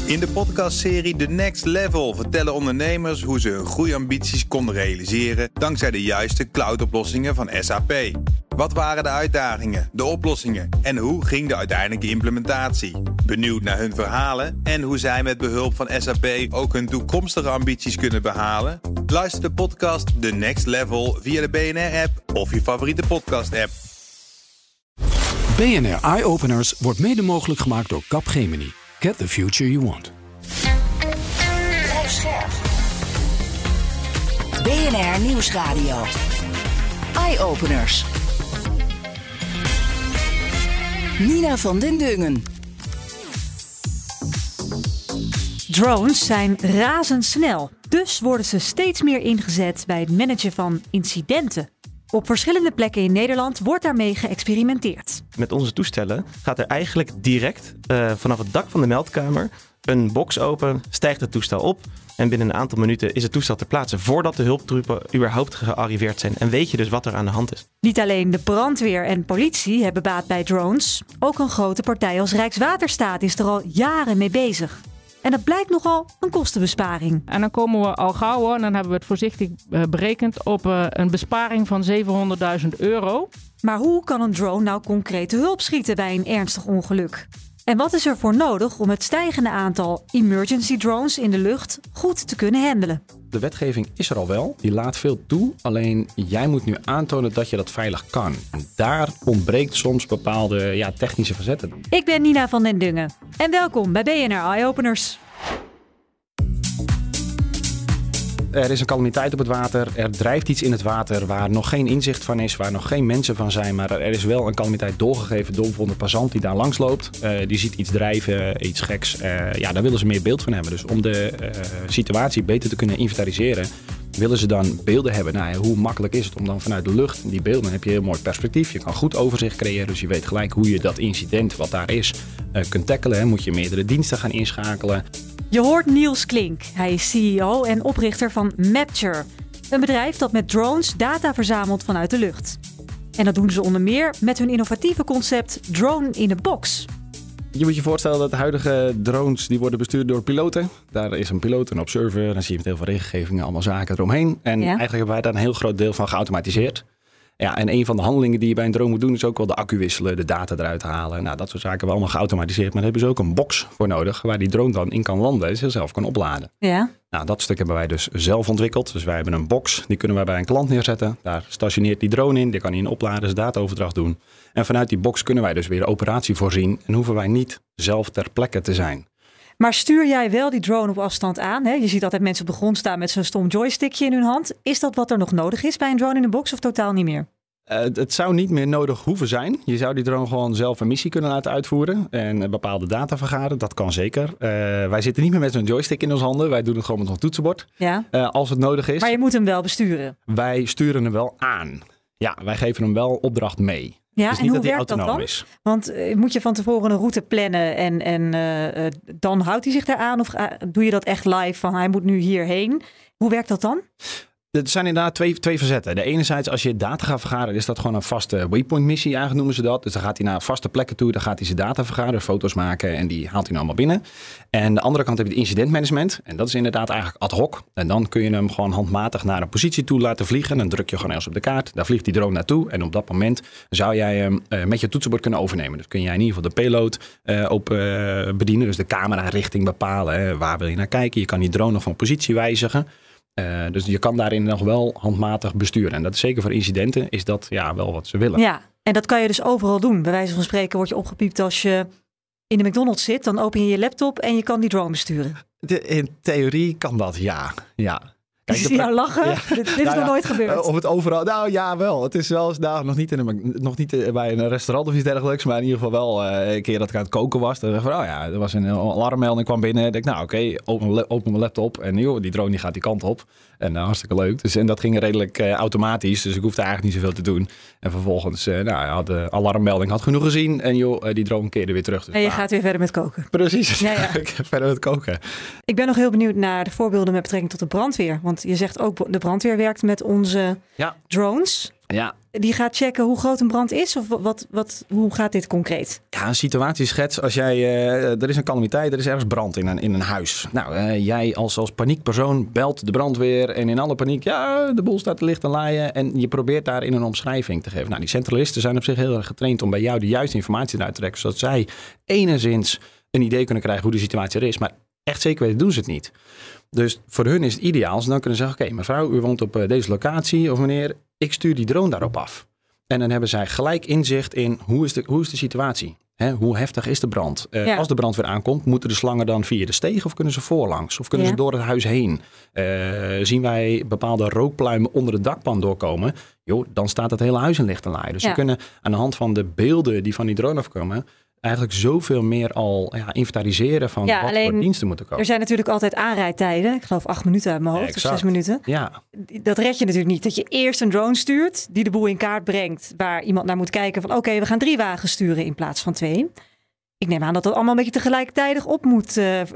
In de podcastserie The Next Level vertellen ondernemers hoe ze hun groeiambities konden realiseren dankzij de juiste cloudoplossingen van SAP. Wat waren de uitdagingen, de oplossingen en hoe ging de uiteindelijke implementatie? Benieuwd naar hun verhalen en hoe zij met behulp van SAP ook hun toekomstige ambities kunnen behalen? Luister de podcast The Next Level via de BNR-app of je favoriete podcast-app. BNR Eye Openers wordt mede mogelijk gemaakt door Capgemini. Get the future you want. Blijf scherp. BNR Nieuwsradio. Eye Openers. Nina van den Dungen. Drones zijn razendsnel, dus worden ze steeds meer ingezet bij het managen van incidenten. Op verschillende plekken in Nederland wordt daarmee geëxperimenteerd. Met onze toestellen gaat er eigenlijk direct vanaf het dak van de meldkamer een box open, stijgt het toestel op en binnen een aantal minuten is het toestel ter plaatse voordat de hulptroepen überhaupt gearriveerd zijn. En weet je dus wat er aan de hand is. Niet alleen de brandweer en politie hebben baat bij drones. Ook een grote partij als Rijkswaterstaat is er al jaren mee bezig. En dat blijkt nogal een kostenbesparing. En dan komen we al gauw, hoor, en dan hebben we het voorzichtig berekend, op een besparing van €700.000. Maar hoe kan een drone nou concrete hulp schieten bij een ernstig ongeluk? En wat is er voor nodig om het stijgende aantal emergency drones in de lucht goed te kunnen handelen? De wetgeving is er al wel, die laat veel toe, alleen jij moet nu aantonen dat je dat veilig kan. En daar ontbreekt soms bepaalde technische facetten. Ik ben Nina van den Dungen en welkom bij BNR Eye Openers. Er is een calamiteit op het water, er drijft iets in het water waar nog geen inzicht van is, waar nog geen mensen van zijn, maar er is wel een calamiteit doorgegeven door bijvoorbeeld een passant die daar langs loopt. Die ziet iets drijven, iets geks. Daar willen ze meer beeld van hebben. Dus om de situatie beter te kunnen inventariseren, willen ze dan beelden hebben. Nou, hoe makkelijk is het om dan vanuit de lucht die beelden, dan heb je een heel mooi perspectief. Je kan goed overzicht creëren, dus je weet gelijk hoe je dat incident wat daar is kunt tackelen. Moet je meerdere diensten gaan inschakelen. Je hoort Niels Klink. Hij is CEO en oprichter van Mapture. Een bedrijf dat met drones data verzamelt vanuit de lucht. En dat doen ze onder meer met hun innovatieve concept Drone in a Box. Je moet je voorstellen dat de huidige drones die worden bestuurd door piloten. Daar is een piloot, een observer, dan zie je met heel veel regelgevingen allemaal zaken eromheen. En eigenlijk hebben wij daar een heel groot deel van geautomatiseerd. Ja, en een van de handelingen die je bij een drone moet doen is ook wel de accu wisselen, de data eruit halen. Nou, dat soort zaken hebben we allemaal geautomatiseerd. Maar daar hebben ze ook een box voor nodig waar die drone dan in kan landen en zichzelf kan opladen. Ja. Nou, dat stuk hebben wij dus zelf ontwikkeld. Dus wij hebben een box, die kunnen wij bij een klant neerzetten. Daar stationeert die drone in, die kan hij in opladen, dus dataoverdracht doen. En vanuit die box kunnen wij dus weer de operatie voorzien en hoeven wij niet zelf ter plekke te zijn. Maar stuur jij wel die drone op afstand aan? Hè? Je ziet altijd mensen op de grond staan met zo'n stom joystickje in hun hand. Is dat wat er nog nodig is bij een drone in de box of totaal niet meer? Het zou niet meer nodig hoeven zijn. Je zou die drone gewoon zelf een missie kunnen laten uitvoeren en bepaalde data vergaren. Dat kan zeker. Wij zitten niet meer met zo'n joystick in onze handen. Wij doen het gewoon met ons toetsenbord. Ja. Als het nodig is. Maar je moet hem wel besturen. Wij sturen hem wel aan. Ja, wij geven hem wel opdracht mee. Ja, dus en niet hoe dat hij werkt dat dan? is. Want moet je van tevoren een route plannen en dan houdt hij zich daar aan? Of doe je dat echt live van hij moet nu hierheen? Hoe werkt dat dan? Er zijn inderdaad twee facetten. De enerzijds, als je data gaat vergaren, is dat gewoon een vaste waypoint missie, eigenlijk noemen ze dat. Dus dan gaat hij naar vaste plekken toe, dan gaat hij zijn data vergaren, foto's maken en die haalt hij nou allemaal binnen. En de andere kant heb je het incidentmanagement. En dat is inderdaad eigenlijk ad hoc. En dan kun je hem gewoon handmatig naar een positie toe laten vliegen. Dan druk je gewoon ergens op de kaart. Daar vliegt die drone naartoe. En op dat moment zou jij hem met je toetsenbord kunnen overnemen. Dus kun jij in ieder geval de payload bedienen. Dus de camera richting bepalen. Waar wil je naar kijken? Je kan die drone nog van positie wijzigen. Dus je kan daarin nog wel handmatig besturen. En dat is zeker voor incidenten is dat wel wat ze willen. Ja, en dat kan je dus overal doen. Bij wijze van spreken word je opgepiept als je in de McDonald's zit. Dan open je je laptop en je kan die drone besturen. In theorie kan dat, ja. Kijk, ik zie jou lachen. Ja. Dit is nog nooit gebeurd. Of het overal. Nou ja, wel. Het is wel eens nog niet bij een restaurant of iets dergelijks. Maar in ieder geval wel een keer dat ik aan het koken was. Dan dacht ik van, er was een alarmmelding kwam binnen. Dan dacht ik, open mijn laptop. En die drone die gaat die kant op. En hartstikke leuk. Dus, en dat ging redelijk automatisch. Dus ik hoefde eigenlijk niet zoveel te doen. En vervolgens had de alarmmelding genoeg gezien. En die drone keerde weer terug. Dus, en je gaat weer verder met koken. Precies. Ja. Verder met koken. Ik ben nog heel benieuwd naar de voorbeelden met betrekking tot de brandweer. Want je zegt ook de brandweer werkt met onze drones. Ja, die gaat checken hoe groot een brand is? Of hoe gaat dit concreet? Ja, een situatieschets. Als jij, er is een calamiteit, er is ergens brand in een huis. Nou, jij als paniekpersoon belt de brandweer en in alle paniek, ja, de boel staat te licht en laaien. En je probeert daarin een omschrijving te geven. Nou, die centralisten zijn op zich heel erg getraind om bij jou de juiste informatie eruit te trekken, zodat zij enigszins een idee kunnen krijgen hoe de situatie er is. Maar echt zeker weten doen ze het niet. Dus voor hun is het ideaal als ze dan kunnen zeggen, oké, mevrouw, u woont op deze locatie of meneer, ik stuur die drone daarop af. En dan hebben zij gelijk inzicht in hoe is de situatie? Hoe heftig is de brand? Als de brand weer aankomt, moeten de slangen dan via de steeg of kunnen ze voorlangs? Of kunnen ze door het huis heen? Zien wij bepaalde rookpluimen onder de dakpan doorkomen? Dan staat het hele huis in licht te laaien. Dus ze kunnen aan de hand van de beelden die van die drone afkomen eigenlijk zoveel meer al inventariseren van wat voor diensten moeten komen. Er zijn natuurlijk altijd aanrijdtijden. Ik geloof 8 minuten uit mijn hoofd, exact. Of 6 minuten. Ja. Dat red je natuurlijk niet. Dat je eerst een drone stuurt die de boel in kaart brengt, waar iemand naar moet kijken van oké, we gaan 3 wagens sturen in plaats van 2. Ik neem aan dat dat allemaal een beetje tegelijkertijd op moet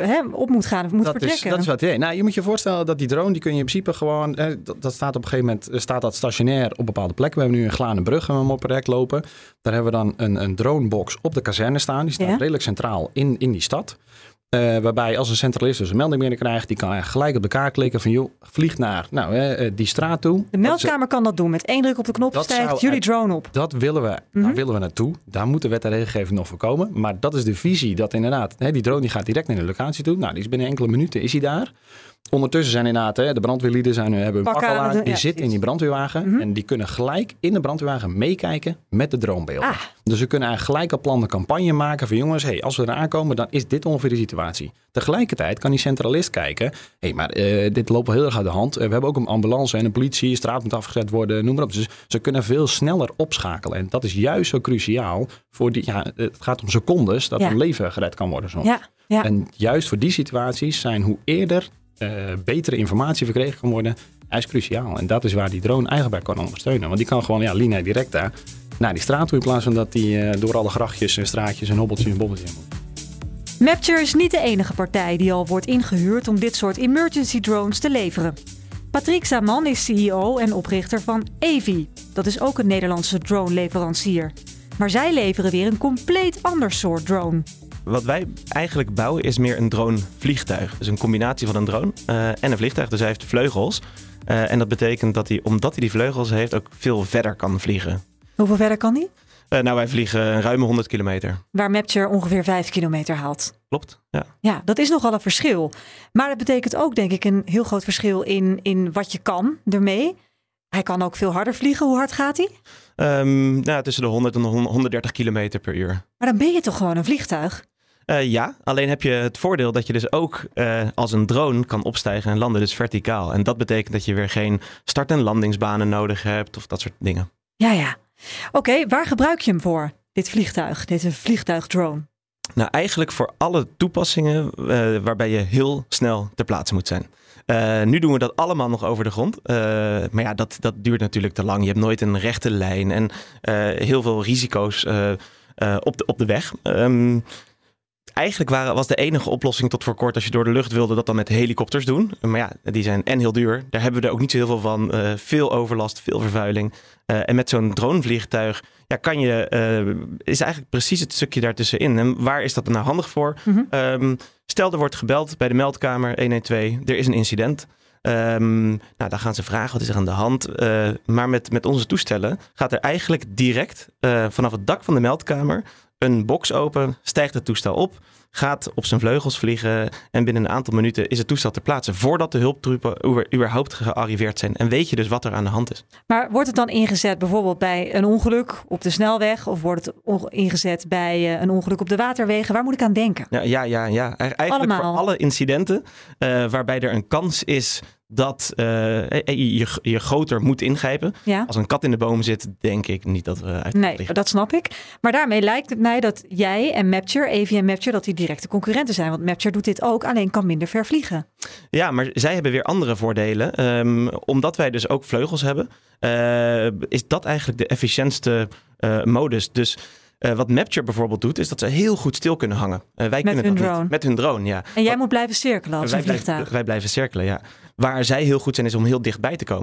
gaan of moet vertrekken. Dat is wat het is. Nou, je moet je voorstellen dat die drone, die kun je in principe gewoon, dat staat op een gegeven moment, staat dat stationair op bepaalde plekken. We hebben nu een Glanenbrug en op een rek lopen. Daar hebben we dan een dronebox op de kazerne staan. Die staat redelijk centraal in die stad. Waarbij als een centralist dus een melding binnenkrijgt, die kan eigenlijk gelijk op de kaart klikken van vlieg naar die straat toe. De meldkamer kan dat doen. Met 1 druk op de knop stijgt jullie drone op. Dat willen we. Daar willen we naartoe. Daar moet de wet en regelgeving nog voorkomen. Maar dat is de visie dat inderdaad, die drone die gaat direct naar de locatie toe. Nou, die is binnen enkele minuten is hij daar. Ondertussen zijn inderdaad de brandweerlieden hebben hun pak al aan. Die zitten in die brandweerwagen. En die kunnen gelijk in de brandweerwagen meekijken met de dronebeelden. Dus we kunnen eigenlijk gelijk al plan de campagne maken van jongens, als we er aankomen, dan is dit ongeveer de situatie. Tegelijkertijd kan die centralist kijken, maar dit loopt wel heel erg uit de hand. We hebben ook een ambulance en een politie, straat moet afgezet worden, noem maar op. Dus ze kunnen veel sneller opschakelen. En dat is juist zo cruciaal voor het gaat om secondes dat een leven gered kan worden soms. Ja. En juist voor die situaties zijn hoe eerder betere informatie verkregen kan worden, is cruciaal. En dat is waar die drone eigenlijk bij kan ondersteunen. Want die kan gewoon lineair direct daar naar die straat toe in plaats van dat die door alle grachtjes en straatjes en hobbeltjes en bobbeltjes moet. Mapture is niet de enige partij die al wordt ingehuurd om dit soort emergency drones te leveren. Patrick Zaman is CEO en oprichter van Evi. Dat is ook een Nederlandse drone-leverancier. Maar zij leveren weer een compleet ander soort drone. Wat wij eigenlijk bouwen is meer een drone-vliegtuig. Dus een combinatie van een drone en een vliegtuig. Dus hij heeft vleugels. En dat betekent dat hij, omdat hij die vleugels heeft, ook veel verder kan vliegen. Hoeveel verder kan hij? Wij vliegen een ruime 100 kilometer. Waar Mapture ongeveer 5 kilometer haalt. Klopt, ja. Ja, dat is nogal een verschil. Maar dat betekent ook, denk ik, een heel groot verschil in wat je kan ermee. Hij kan ook veel harder vliegen. Hoe hard gaat hij? Tussen de 100 en 130 kilometer per uur. Maar dan ben je toch gewoon een vliegtuig? Alleen heb je het voordeel dat je dus ook als een drone kan opstijgen en landen, dus verticaal. En dat betekent dat je weer geen start- en landingsbanen nodig hebt of dat soort dingen. Ja. Oké, waar gebruik je hem voor, dit vliegtuig, deze vliegtuigdrone? Nou, eigenlijk voor alle toepassingen waarbij je heel snel ter plaatse moet zijn. Nu doen we dat allemaal nog over de grond. Maar dat duurt natuurlijk te lang. Je hebt nooit een rechte lijn en heel veel risico's op de weg. Eigenlijk was de enige oplossing tot voor kort, als je door de lucht wilde, dat dan met helikopters doen. Maar die zijn heel duur. Daar hebben we er ook niet zo heel veel van. Veel overlast, veel vervuiling. En met zo'n dronevliegtuig is eigenlijk precies het stukje daartussenin. En waar is dat nou handig voor? Stel, er wordt gebeld bij de meldkamer 112. Er is een incident. Dan gaan ze vragen, wat is er aan de hand? Maar met onze toestellen gaat er eigenlijk direct vanaf het dak van de meldkamer een box open, stijgt het toestel op, gaat op zijn vleugels vliegen en binnen een aantal minuten is het toestel ter plaatse voordat de hulptroepen überhaupt gearriveerd zijn. En weet je dus wat er aan de hand is. Maar wordt het dan ingezet bijvoorbeeld bij een ongeluk op de snelweg of wordt het ingezet bij een ongeluk op de waterwegen? Waar moet ik aan denken? Ja. Eigenlijk allemaal. Voor alle incidenten waarbij er een kans is dat je groter moet ingrijpen. Ja. Als een kat in de boom zit, denk ik niet dat we uit. Nee, dat snap ik. Maar daarmee lijkt het mij dat jij en Mapture, Evi en Mapture, dat die directe concurrenten zijn. Want Mapture doet dit ook, alleen kan minder ver vliegen. Ja, maar zij hebben weer andere voordelen. Omdat wij dus ook vleugels hebben, is dat eigenlijk de efficiëntste modus. Dus wat Mapture bijvoorbeeld doet, is dat ze heel goed stil kunnen hangen. Wij kunnen dat drone. Niet. Met hun drone, ja. En jij moet blijven cirkelen als een vliegtuig. Wij blijven cirkelen, ja. Waar zij heel goed zijn, is om heel dichtbij te komen.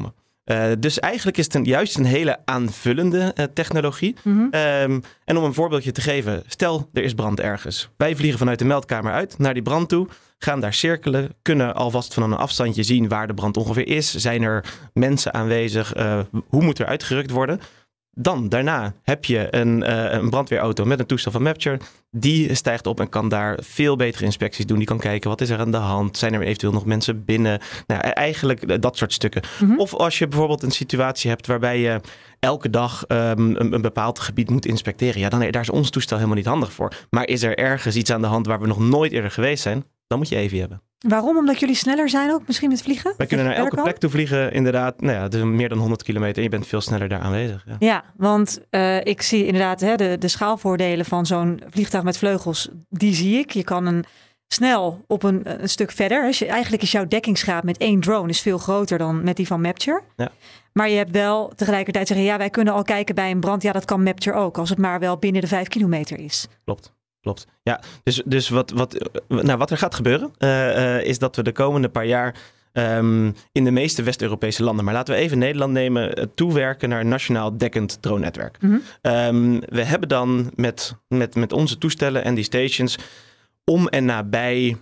Dus eigenlijk is het juist een hele aanvullende technologie. Mhm. En om een voorbeeldje te geven, stel er is brand ergens. Wij vliegen vanuit de meldkamer uit naar die brand toe, gaan daar cirkelen, kunnen alvast van een afstandje zien waar de brand ongeveer is. Zijn er mensen aanwezig? Hoe moet er uitgerukt worden? Dan, daarna heb je een brandweerauto met een toestel van Mapture. Die stijgt op en kan daar veel betere inspecties doen. Die kan kijken, wat is er aan de hand? Zijn er eventueel nog mensen binnen? Nou, eigenlijk dat soort stukken. Mhm. Of als je bijvoorbeeld een situatie hebt waarbij je elke dag een bepaald gebied moet inspecteren. Ja, daar is ons toestel helemaal niet handig voor. Maar is er ergens iets aan de hand waar we nog nooit eerder geweest zijn? Dan moet je EVI hebben. Waarom? Omdat jullie sneller zijn ook, misschien met vliegen? Wij kunnen naar elke plek toe vliegen, inderdaad. Nou ja, dus meer dan 100 kilometer en je bent veel sneller daar aanwezig. Ja, Ja, want ik zie inderdaad de schaalvoordelen van zo'n vliegtuig met vleugels. Die zie ik. Je kan snel op een stuk verder. Eigenlijk is jouw dekkingsgraad met 1 drone is veel groter dan met die van Mapture. Ja. Maar je hebt wel tegelijkertijd zeggen, ja, wij kunnen al kijken bij een brand. Ja, dat kan Mapture ook, als het maar wel binnen de 5 kilometer is. Klopt. Ja, dus wat er gaat gebeuren is dat we de komende paar jaar in de meeste West-Europese landen, maar laten we even Nederland nemen, toewerken naar een nationaal dekkend drone-netwerk. Mhm. We hebben dan met onze toestellen en die stations om en nabij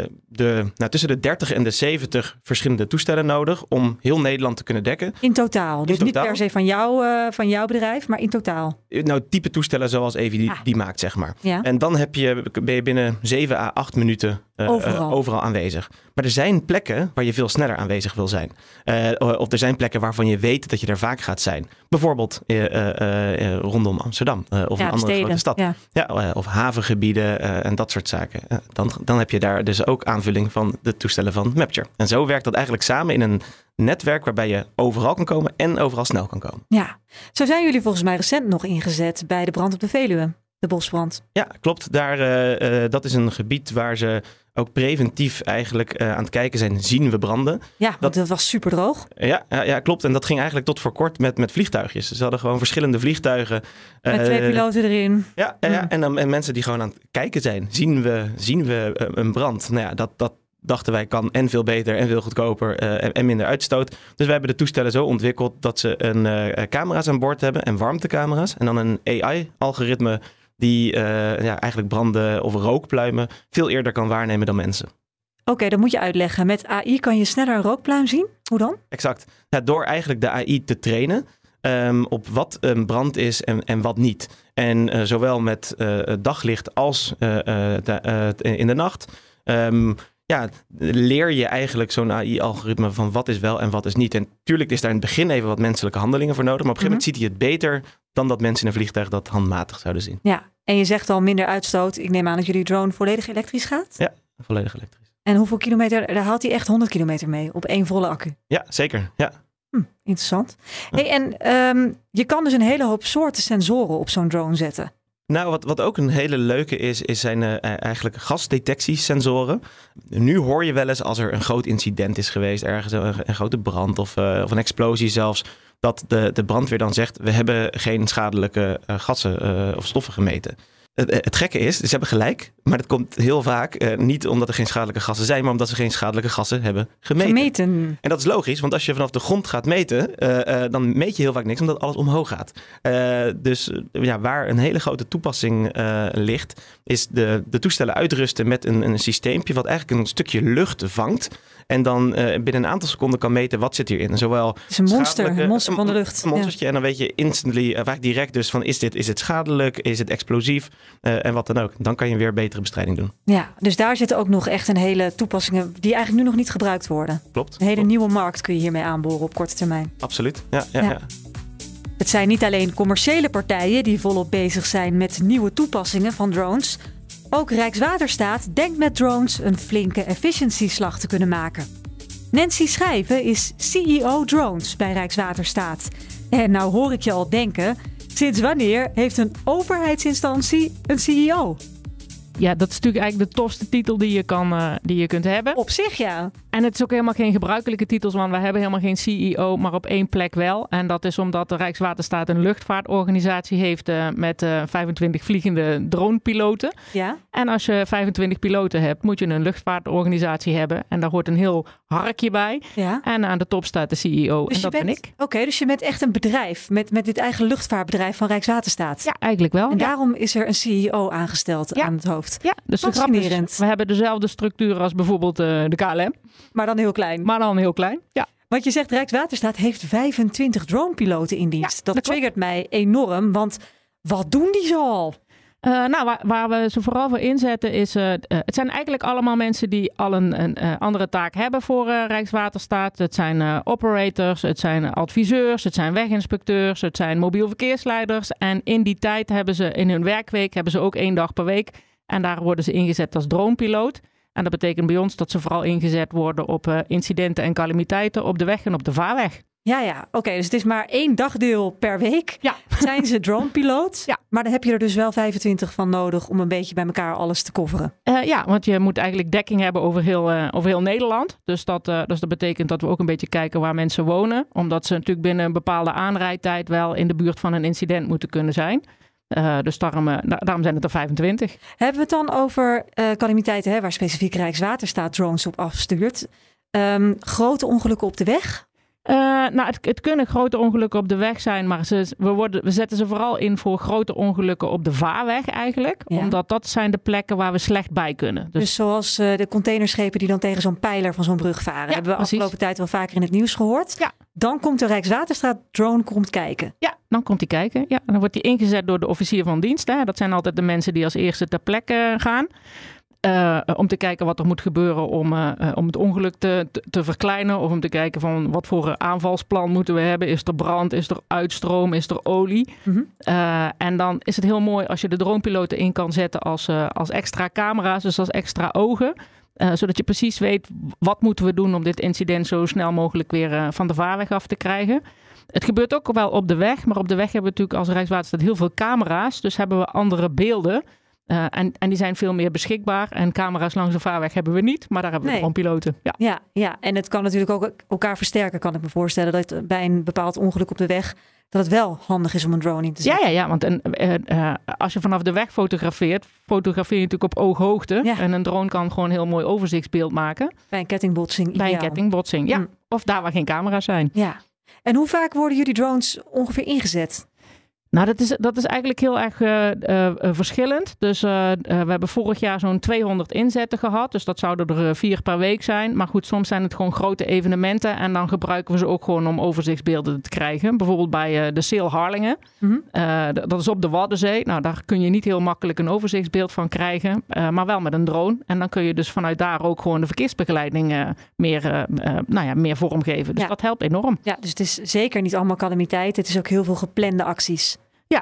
tussen de 30 en de 70 verschillende toestellen nodig om heel Nederland te kunnen dekken. In totaal. Dus totaal? niet per se van jouw bedrijf, maar in totaal. Nou, type toestellen zoals EVI die maakt, zeg maar. Ja. En dan ben je binnen 7 à 8 minuten overal aanwezig. Maar er zijn plekken waar je veel sneller aanwezig wil zijn. Of er zijn plekken waarvan je weet dat je er vaak gaat zijn. Bijvoorbeeld rondom Amsterdam of een andere steden. grote stad. Ja. Of havengebieden en dat soort zaken. Dan heb je daar dus ook aanvulling van de toestellen van Mapture. En zo werkt dat eigenlijk samen in een netwerk waarbij je overal kan komen en overal snel kan komen. Ja. Zo zijn jullie volgens mij recent nog ingezet bij de brand op de Veluwe. De bosbrand. Ja, klopt. Dat is een gebied waar ze ook preventief eigenlijk aan het kijken zijn. Zien we branden? Ja, want dat was super droog. Ja, klopt. En dat ging eigenlijk tot voor kort met vliegtuigjes. Ze hadden gewoon verschillende vliegtuigen. Met 2 piloten erin. Ja. En mensen die gewoon aan het kijken zijn. Zien we een brand? Nou ja, dat dachten wij kan en veel beter en veel goedkoper en minder uitstoot. Dus we hebben de toestellen zo ontwikkeld dat ze camera's aan boord hebben en warmtecamera's. En dan een AI-algoritme die eigenlijk branden of rookpluimen veel eerder kan waarnemen dan mensen. Oké, dat moet je uitleggen. Met AI kan je sneller een rookpluim zien? Hoe dan? Exact. Ja, door eigenlijk de AI te trainen op wat een brand is en wat niet. En zowel met daglicht als in de nacht leer je eigenlijk zo'n AI-algoritme van wat is wel en wat is niet. En natuurlijk is daar in het begin even wat menselijke handelingen voor nodig. Maar op een gegeven moment ziet hij het beter dan dat mensen in een vliegtuig dat handmatig zouden zien. Ja, en je zegt al minder uitstoot. Ik neem aan dat jullie drone volledig elektrisch gaat? Ja, volledig elektrisch. En hoeveel kilometer? Daar haalt hij echt 100 kilometer mee op 1 volle accu. Ja, zeker. Ja. Interessant. Hey, en je kan dus een hele hoop soorten sensoren op zo'n drone zetten. Nou, wat ook een hele leuke zijn eigenlijk gasdetectiesensoren. Nu hoor je wel eens als er een groot incident is geweest, ergens een grote brand of een explosie zelfs, dat de brandweer dan zegt, we hebben geen schadelijke gassen of stoffen gemeten. Het gekke is, ze hebben gelijk, maar dat komt heel vaak niet omdat er geen schadelijke gassen zijn, maar omdat ze geen schadelijke gassen hebben gemeten. En dat is logisch, want als je vanaf de grond gaat meten, dan meet je heel vaak niks, omdat alles omhoog gaat. Dus waar een hele grote toepassing ligt, is de toestellen uitrusten met een systeempje wat eigenlijk een stukje lucht vangt. En dan binnen een aantal seconden kan meten wat zit hierin. Zowel het is een monster van de lucht. Een monstertje. En dan weet je instantly, vaak direct dus van is het schadelijk, is het explosief en wat dan ook. Dan kan je weer betere bestrijding doen. Ja, dus daar zitten ook nog echt een hele toepassingen die eigenlijk nu nog niet gebruikt worden. Klopt. Een hele nieuwe markt kun je hiermee aanboren op korte termijn. Absoluut, ja. Het zijn niet alleen commerciële partijen die volop bezig zijn met nieuwe toepassingen van drones. Ook Rijkswaterstaat denkt met drones een flinke efficiëntieslag te kunnen maken. Nancy Schijven is CEO Drones bij Rijkswaterstaat. En nou hoor ik je al denken, sinds wanneer heeft een overheidsinstantie een CEO? Ja, dat is natuurlijk eigenlijk de tofste titel die je kunt hebben. Op zich, ja. En het is ook helemaal geen gebruikelijke titels, want we hebben helemaal geen CEO, maar op één plek wel. En dat is omdat de Rijkswaterstaat een luchtvaartorganisatie heeft met 25 vliegende dronepiloten. Ja. En als je 25 piloten hebt, moet je een luchtvaartorganisatie hebben. En daar hoort een heel harkje bij. Ja. En aan de top staat de CEO. Dus en dat ben ik. Oké, dus je bent echt een bedrijf met dit eigen luchtvaartbedrijf van Rijkswaterstaat. Ja, eigenlijk wel. En daarom is er een CEO aangesteld aan het hoofd. Ja, dus de grap is, Fascinerend. we hebben dezelfde structuur als bijvoorbeeld de KLM. Maar dan heel klein. Maar dan heel klein. Ja. Want je zegt Rijkswaterstaat heeft 25 dronepiloten in dienst. Ja, dat triggert mij enorm, want wat doen die zo al? Waar we ze vooral voor inzetten is... het zijn eigenlijk allemaal mensen die al een andere taak hebben voor Rijkswaterstaat. Het zijn operators, het zijn adviseurs, het zijn weginspecteurs, het zijn mobiel verkeersleiders. En in die tijd hebben ze in hun werkweek hebben ze ook 1 dag per week. En daar worden ze ingezet als dronepiloot. En dat betekent bij ons dat ze vooral ingezet worden op incidenten en calamiteiten op de weg en op de vaarweg. Ja. Oké, dus het is maar 1 dagdeel per week. Ja. Zijn ze dronepiloot? Ja. Maar dan heb je er dus wel 25 van nodig om een beetje bij elkaar alles te coveren. Ja, want je moet eigenlijk dekking hebben over heel Nederland. Dus dat betekent dat we ook een beetje kijken waar mensen wonen. Omdat ze natuurlijk binnen een bepaalde aanrijdtijd wel in de buurt van een incident moeten kunnen zijn. Dus daarom zijn het er 25. Hebben we het dan over calamiteiten waar specifiek Rijkswaterstaat drones op afstuurt? Grote ongelukken op de weg? Het kunnen grote ongelukken op de weg zijn, maar we zetten ze vooral in voor grote ongelukken op de vaarweg eigenlijk. Ja. Omdat dat zijn de plekken waar we slecht bij kunnen. Dus zoals de containerschepen die dan tegen zo'n pijler van zo'n brug varen. Ja, hebben we precies. afgelopen tijd wel vaker in het nieuws gehoord. Ja. Dan komt de Rijkswaterstaat drone kijken. Ja, dan komt hij kijken. Ja, dan wordt hij ingezet door de officier van dienst. Hè. Dat zijn altijd de mensen die als eerste ter plekke gaan. Om te kijken wat er moet gebeuren om het ongeluk te verkleinen. Of om te kijken van wat voor aanvalsplan moeten we hebben. Is er brand, is er uitstroom, is er olie? Mm-hmm. En dan is het heel mooi als je de dronepiloten in kan zetten als extra camera's. Dus als extra ogen. Zodat je precies weet wat moeten we doen om dit incident zo snel mogelijk weer van de vaarweg af te krijgen. Het gebeurt ook wel op de weg. Maar op de weg hebben we natuurlijk als Rijkswaterstaat heel veel camera's. Dus hebben we andere beelden. En die zijn veel meer beschikbaar. En camera's langs de vaarweg hebben we niet. Maar daar hebben we gewoon piloten. Ja, en het kan natuurlijk ook elkaar versterken. Kan ik me voorstellen dat bij een bepaald ongeluk op de weg dat het wel handig is om een drone in te zetten. Ja, want als je vanaf de weg fotografeer je natuurlijk op ooghoogte. Ja. En een drone kan gewoon een heel mooi overzichtsbeeld maken. Bij een kettingbotsing. Ja. Of daar waar geen camera's zijn. Ja. En hoe vaak worden jullie drones ongeveer ingezet? Nou, dat is eigenlijk heel erg verschillend. Dus we hebben vorig jaar zo'n 200 inzetten gehad. Dus dat zouden er 4 per week zijn. Maar goed, soms zijn het gewoon grote evenementen. En dan gebruiken we ze ook gewoon om overzichtsbeelden te krijgen. Bijvoorbeeld bij de Sail Harlingen. Mm-hmm. Dat is op de Waddenzee. Nou, daar kun je niet heel makkelijk een overzichtsbeeld van krijgen. Maar wel met een drone. En dan kun je dus vanuit daar ook gewoon de verkeersbegeleiding meer vormgeven. Dus dat helpt enorm. Ja, dus het is zeker niet allemaal calamiteit. Het is ook heel veel geplande acties.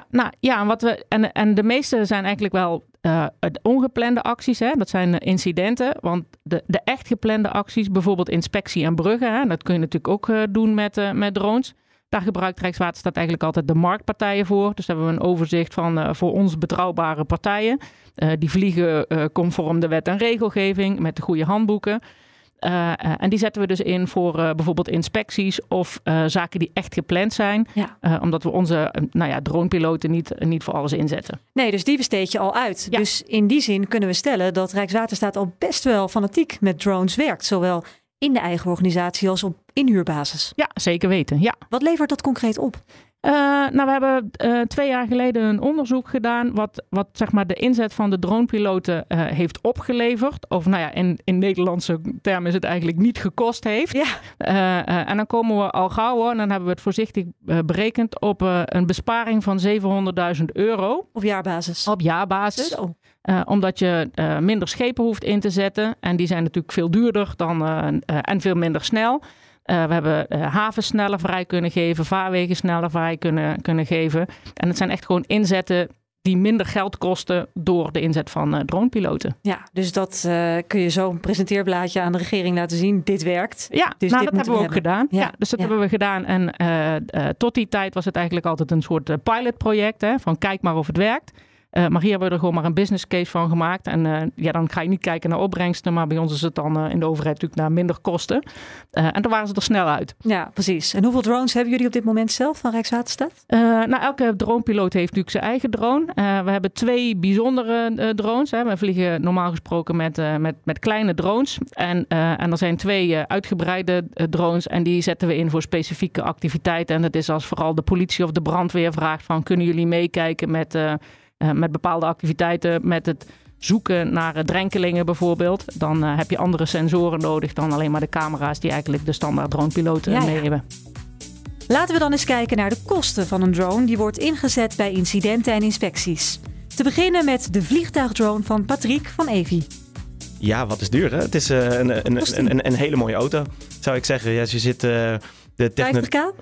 En de meeste zijn eigenlijk wel ongeplande acties. Hè? Dat zijn incidenten. Want de echt geplande acties, bijvoorbeeld inspectie aan bruggen. Hè? Dat kun je natuurlijk ook doen met drones. Daar gebruikt Rijkswaterstaat eigenlijk altijd de marktpartijen voor. Dus hebben we een overzicht van voor ons betrouwbare partijen. Die vliegen conform de wet en regelgeving met de goede handboeken. En die zetten we dus in voor bijvoorbeeld inspecties of zaken die echt gepland zijn. Ja. Omdat we onze dronepiloten niet voor alles inzetten. Nee, dus die besteed je al uit. Ja. Dus in die zin kunnen we stellen dat Rijkswaterstaat al best wel fanatiek met drones werkt. Zowel in de eigen organisatie als op inhuurbasis. Ja, zeker weten. Ja. Wat levert dat concreet op? We hebben 2 jaar geleden een onderzoek gedaan wat zeg maar de inzet van de dronepiloten heeft opgeleverd. Of in Nederlandse termen is het eigenlijk niet gekost heeft. Ja. En dan komen we al gauw hoor. En dan hebben we het voorzichtig berekend op een besparing van €700.000. Op jaarbasis? Op jaarbasis. Omdat je minder schepen hoeft in te zetten. En die zijn natuurlijk veel duurder en veel minder snel. We hebben havens sneller vrij kunnen geven, vaarwegen sneller vrij kunnen geven. En het zijn echt gewoon inzetten die minder geld kosten door de inzet van dronepiloten. Ja, dus dat kun je zo een presenteerblaadje aan de regering laten zien. Dit werkt. Ja, dus dat hebben we ook gedaan. Ja, dus dat hebben we gedaan. En tot die tijd was het eigenlijk altijd een soort pilotproject. Van kijk maar of het werkt. Maar hier hebben we er gewoon maar een business case van gemaakt. En dan ga je niet kijken naar opbrengsten. Maar bij ons is het dan in de overheid natuurlijk naar minder kosten. En toen waren ze er snel uit. Ja, precies. En hoeveel drones hebben jullie op dit moment zelf van Rijkswaterstaat? Elke dronepiloot heeft natuurlijk zijn eigen drone. We hebben 2 bijzondere drones. Hè. We vliegen normaal gesproken met kleine drones. En er zijn 2 uitgebreide drones. En die zetten we in voor specifieke activiteiten. En dat is als vooral de politie of de brandweer vraagt van... kunnen jullie meekijken met bepaalde activiteiten... met het zoeken naar drenkelingen bijvoorbeeld. Dan heb je andere sensoren nodig dan alleen maar de camera's... die eigenlijk de standaard dronepiloten mee hebben. Laten we dan eens kijken naar de kosten van een drone... die wordt ingezet bij incidenten en inspecties. Te beginnen met de vliegtuigdrone van Patrick van Evi. Ja, wat is duur, hè? Het is een hele mooie auto, zou ik zeggen. Ja, je zit... De 50k?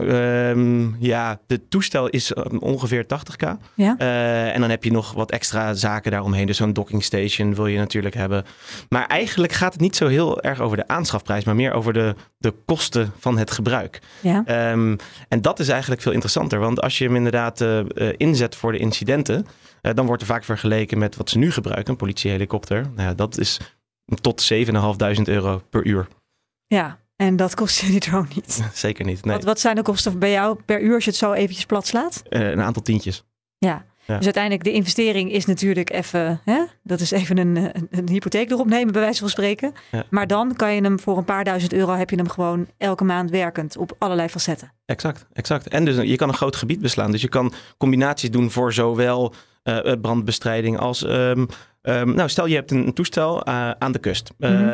De toestel is ongeveer 80k. Ja. En dan heb je nog wat extra zaken daaromheen. Dus zo'n docking station wil je natuurlijk hebben. Maar eigenlijk gaat het niet zo heel erg over de aanschafprijs... maar meer over de kosten van het gebruik. Ja. En dat is eigenlijk veel interessanter. Want als je hem inderdaad inzet voor de incidenten... dan wordt er vaak vergeleken met wat ze nu gebruiken. Een politiehelikopter. Dat is tot €7.500 per uur. Ja. En dat kost je die drone niet? Zeker niet, nee. Wat zijn de kosten bij jou per uur als je het zo eventjes plat slaat? Een aantal tientjes. Ja. Dus uiteindelijk de investering is natuurlijk even... dat is even een hypotheek erop nemen, bij wijze van spreken. Ja. Maar dan kan je hem voor een paar €1000... heb je hem gewoon elke maand werkend op allerlei facetten. Exact. En dus je kan een groot gebied beslaan. Dus je kan combinaties doen voor zowel brandbestrijding als... stel je hebt een toestel aan de kust.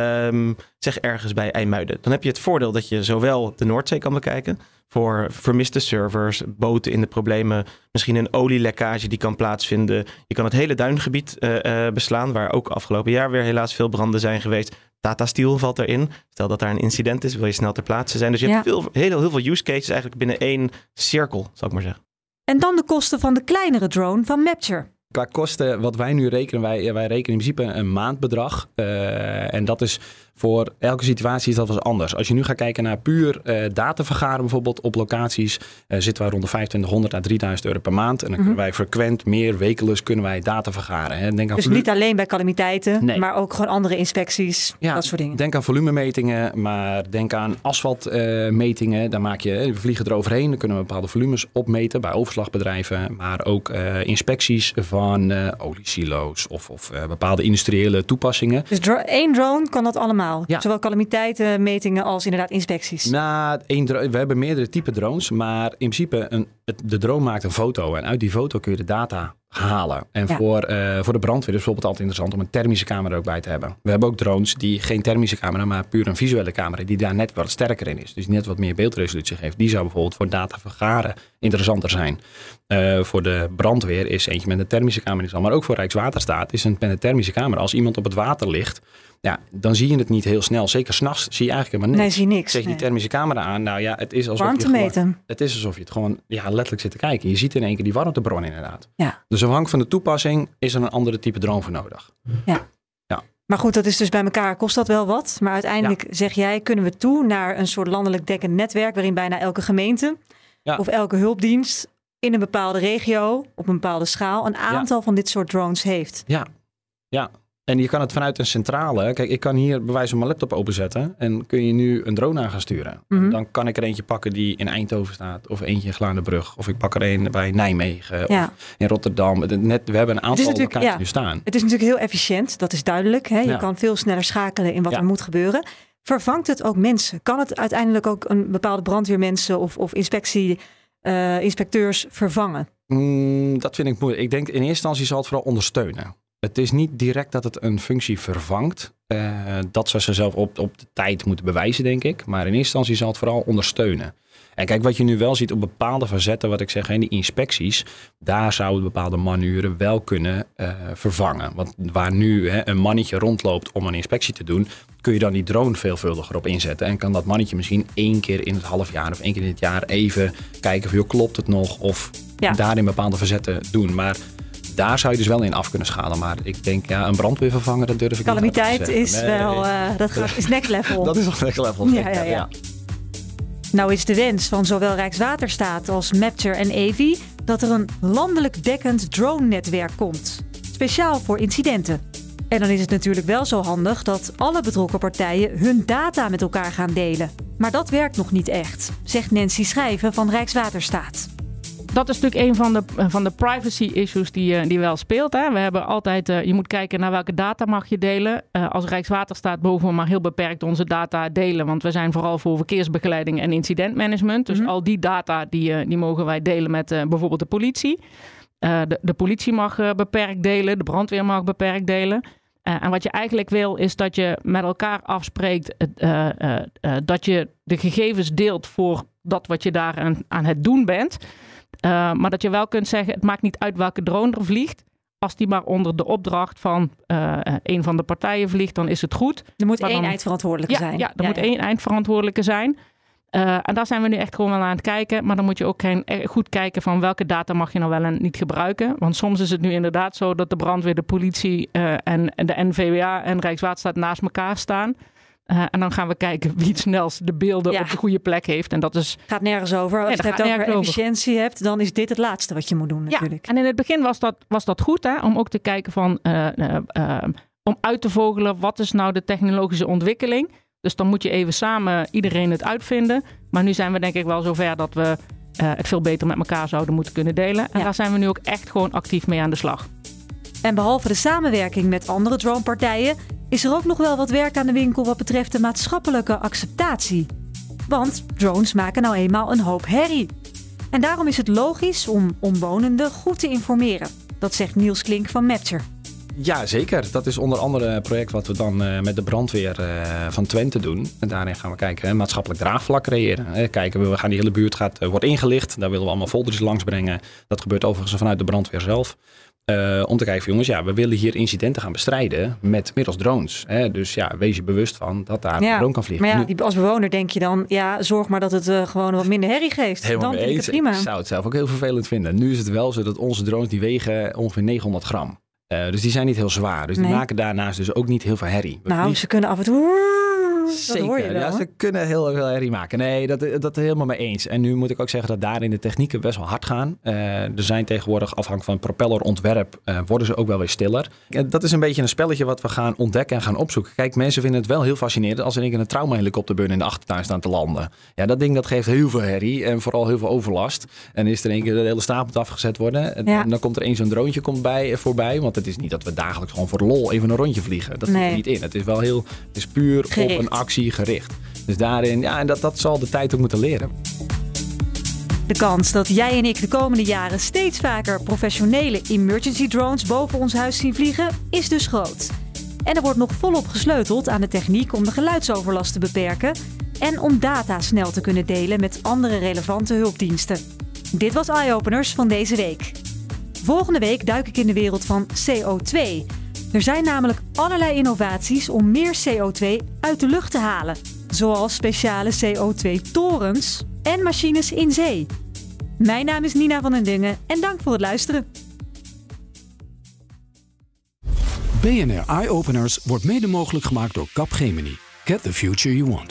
Zeg ergens bij IJmuiden. Dan heb je het voordeel dat je zowel de Noordzee kan bekijken... voor vermiste servers, boten in de problemen... misschien een olielekkage die kan plaatsvinden. Je kan het hele duingebied beslaan... waar ook afgelopen jaar weer helaas veel branden zijn geweest. Tata Steel valt erin. Stel dat daar een incident is, wil je snel ter plaatse zijn. Dus je hebt heel veel use cases eigenlijk binnen één cirkel, zal ik maar zeggen. En dan de kosten van de kleinere drone van Mapture. Qua kosten, wat wij nu rekenen, wij rekenen in principe een maandbedrag. En dat is voor elke situatie is dat wel anders. Als je nu gaat kijken naar puur data vergaren bijvoorbeeld op locaties, zitten wij rond de €2500 à €3000 per maand. En dan kunnen wij frequent, meer wekelijks kunnen wij data vergaren. Hè. Denk aan dus niet alleen bij calamiteiten, maar ook gewoon andere inspecties, dat soort dingen. Denk aan volumemetingen, maar denk aan asfaltmetingen. Daar we vliegen eroverheen, dan kunnen we bepaalde volumes opmeten bij overslagbedrijven. Maar ook inspecties van oliesilo's of bepaalde industriële toepassingen. Dus één drone kan dat allemaal? Ja. Zowel calamiteiten, metingen als inderdaad inspecties? We hebben meerdere type drones, maar in principe de drone maakt een foto en uit die foto kun je de data halen. En voor de brandweer is het bijvoorbeeld altijd interessant om een thermische camera ook bij te hebben. We hebben ook drones die geen thermische camera, maar puur een visuele camera die daar net wat sterker in is. Dus net wat meer beeldresolutie geeft. Die zou bijvoorbeeld voor data vergaren interessanter zijn. Voor de brandweer is eentje met een thermische camera, maar ook voor Rijkswaterstaat is met een thermische camera. Als iemand op het water ligt, dan zie je het niet heel snel. Zeker 's nachts zie je eigenlijk helemaal niks. Nee, zie niks. Zet je die thermische camera aan, het is alsof je het gewoon letterlijk zit te kijken. Je ziet in één keer die warmtebron inderdaad. Ja. Dus afhankelijk van de toepassing is er een andere type drone voor nodig. Ja. Maar goed, dat is dus bij elkaar, kost dat wel wat. Maar uiteindelijk zeg jij, kunnen we toe naar een soort landelijk dekkend netwerk waarin bijna elke gemeente of elke hulpdienst in een bepaalde regio, op een bepaalde schaal, een aantal van dit soort drones heeft. Ja. En je kan het vanuit een centrale. Kijk, ik kan hier bij wijze van mijn laptop openzetten en kun je nu een drone aan gaan sturen. Dan kan ik er eentje pakken die in Eindhoven staat of eentje in Glaardenbrug. Of ik pak er een bij Nijmegen of in Rotterdam. We hebben een aantal locaties nu staan. Het is natuurlijk heel efficiënt, dat is duidelijk. Hè? Je kan veel sneller schakelen in wat er moet gebeuren. Vervangt het ook mensen? Kan het uiteindelijk ook een bepaalde brandweermensen of inspecteurs vervangen? Dat vind ik moeilijk. Ik denk in eerste instantie zal het vooral ondersteunen. Het is niet direct dat het een functie vervangt. Dat zou ze zelf op de tijd moeten bewijzen, denk ik. Maar in eerste instantie zal het vooral ondersteunen. En kijk, wat je nu wel ziet op bepaalde facetten, wat ik zeg, in die inspecties, daar zouden bepaalde manuren wel kunnen vervangen. Want waar nu een mannetje rondloopt om een inspectie te doen, kun je dan die drone veelvuldiger op inzetten. En kan dat mannetje misschien 1 keer in het half jaar of 1 keer in het jaar even kijken of klopt het nog? Of daarin bepaalde facetten doen. Maar daar zou je dus wel in af kunnen schalen. Maar ik denk, een brandweervervanger, dat durf ik niet te zeggen. Calamiteit is wel, is next level. Dat is wel next level. Ja. Nou is de wens van zowel Rijkswaterstaat als Mapture en Evi dat er een landelijk dekkend drone-netwerk komt. speciaal voor incidenten. En dan is het natuurlijk wel zo handig dat alle betrokken partijen hun data met elkaar gaan delen. Maar dat werkt nog niet echt, zegt Nancy Schijven van Rijkswaterstaat. Dat is natuurlijk een van de privacy issues die wel speelt. Hè. We hebben altijd, je moet kijken naar welke data mag je delen. Als Rijkswaterstaat mogen we maar heel beperkt onze data delen. Want we zijn vooral voor verkeersbegeleiding en incidentmanagement. Dus al die data die mogen wij delen met bijvoorbeeld de politie. De politie mag beperkt delen, de brandweer mag beperkt delen. En wat je eigenlijk wil is dat je met elkaar afspreekt dat je de gegevens deelt voor dat wat je daar aan het doen bent. Maar dat je wel kunt zeggen, het maakt niet uit welke drone er vliegt. Als die maar onder de opdracht van een van de partijen vliegt, dan is het goed. Er moet één eindverantwoordelijke zijn. Ja, er moet één eindverantwoordelijke zijn. En daar zijn we nu echt gewoon wel aan het kijken. Maar dan moet je ook goed kijken van welke data mag je nou wel en niet gebruiken. Want soms is het nu inderdaad zo dat de brandweer, de politie en de NVWA en Rijkswaterstaat naast elkaar staan. En dan gaan we kijken wie het snelst de beelden op de goede plek heeft. En dat gaat nergens over. Als je het over efficiëntie hebt, dan is dit het laatste wat je moet doen natuurlijk. Ja, en in het begin was dat goed, hè, om ook te kijken van om uit te vogelen wat is nou de technologische ontwikkeling. Dus dan moet je even samen iedereen het uitvinden. Maar nu zijn we denk ik wel zover dat we het veel beter met elkaar zouden moeten kunnen delen. En daar zijn we nu ook echt gewoon actief mee aan de slag. En behalve de samenwerking met andere dronepartijen is er ook nog wel wat werk aan de winkel wat betreft de maatschappelijke acceptatie. Want drones maken nou eenmaal een hoop herrie. En daarom is het logisch om omwonenden goed te informeren. Dat zegt Niels Klink van Mapture. Ja, zeker. Dat is onder andere een project wat we dan met de brandweer van Twente doen. En daarin gaan we kijken, maatschappelijk draagvlak creëren. Kijken, we gaan die hele buurt wordt ingelicht. Daar willen we allemaal folders langs brengen. Dat gebeurt overigens vanuit de brandweer zelf. Om te kijken, jongens, we willen hier incidenten gaan bestrijden middels drones. Dus wees je bewust van dat daar een drone kan vliegen. Maar als bewoner denk je dan, zorg maar dat het gewoon wat minder herrie geeft. Helemaal dan vind ik het prima. Ik zou het zelf ook heel vervelend vinden. Nu is het wel zo dat onze drones die wegen ongeveer 900 gram. Dus die zijn niet heel zwaar. Dus die maken daarnaast dus ook niet heel veel herrie. Ze kunnen af en toe... Zeker, dat hoor je wel, ze kunnen heel veel herrie maken. Nee, dat helemaal mee eens. En nu moet ik ook zeggen dat daarin de technieken best wel hard gaan. Er zijn tegenwoordig, afhankelijk van het propellerontwerp, worden ze ook wel weer stiller. Dat is een beetje een spelletje wat we gaan ontdekken en gaan opzoeken. Kijk, mensen vinden het wel heel fascinerend als er een traumahelikopterbeur in de achtertuin staan te landen. Ja, dat ding dat geeft heel veel herrie en vooral heel veel overlast. En is er een keer de hele straat moet afgezet worden. En dan komt er zo'n droontje voorbij. Want het is niet dat we dagelijks gewoon voor de lol even een rondje vliegen. Dat zit er niet in. Het is wel het is puur gericht. Op een actie gericht. Dus daarin, en dat zal de tijd ook moeten leren. De kans dat jij en ik de komende jaren steeds vaker professionele emergency drones boven ons huis zien vliegen, is dus groot. En er wordt nog volop gesleuteld aan de techniek om de geluidsoverlast te beperken en om data snel te kunnen delen met andere relevante hulpdiensten. Dit was Eye-Openers van deze week. Volgende week duik ik in de wereld van CO2. Er zijn namelijk allerlei innovaties om meer CO2 uit de lucht te halen. Zoals speciale CO2-torens en machines in zee. Mijn naam is Nina van den Dungen en dank voor het luisteren. BNR Eye-Openers wordt mede mogelijk gemaakt door Capgemini. Get the future you want.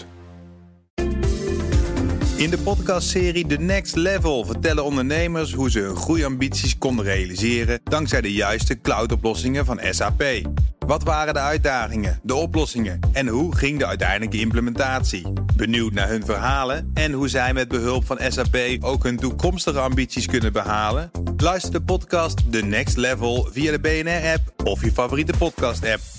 In de podcastserie The Next Level vertellen ondernemers hoe ze hun groeiambities konden realiseren dankzij de juiste cloudoplossingen van SAP. Wat waren de uitdagingen, de oplossingen en hoe ging de uiteindelijke implementatie? Benieuwd naar hun verhalen en hoe zij met behulp van SAP ook hun toekomstige ambities kunnen behalen? Luister de podcast The Next Level via de BNR-app of je favoriete podcast-app.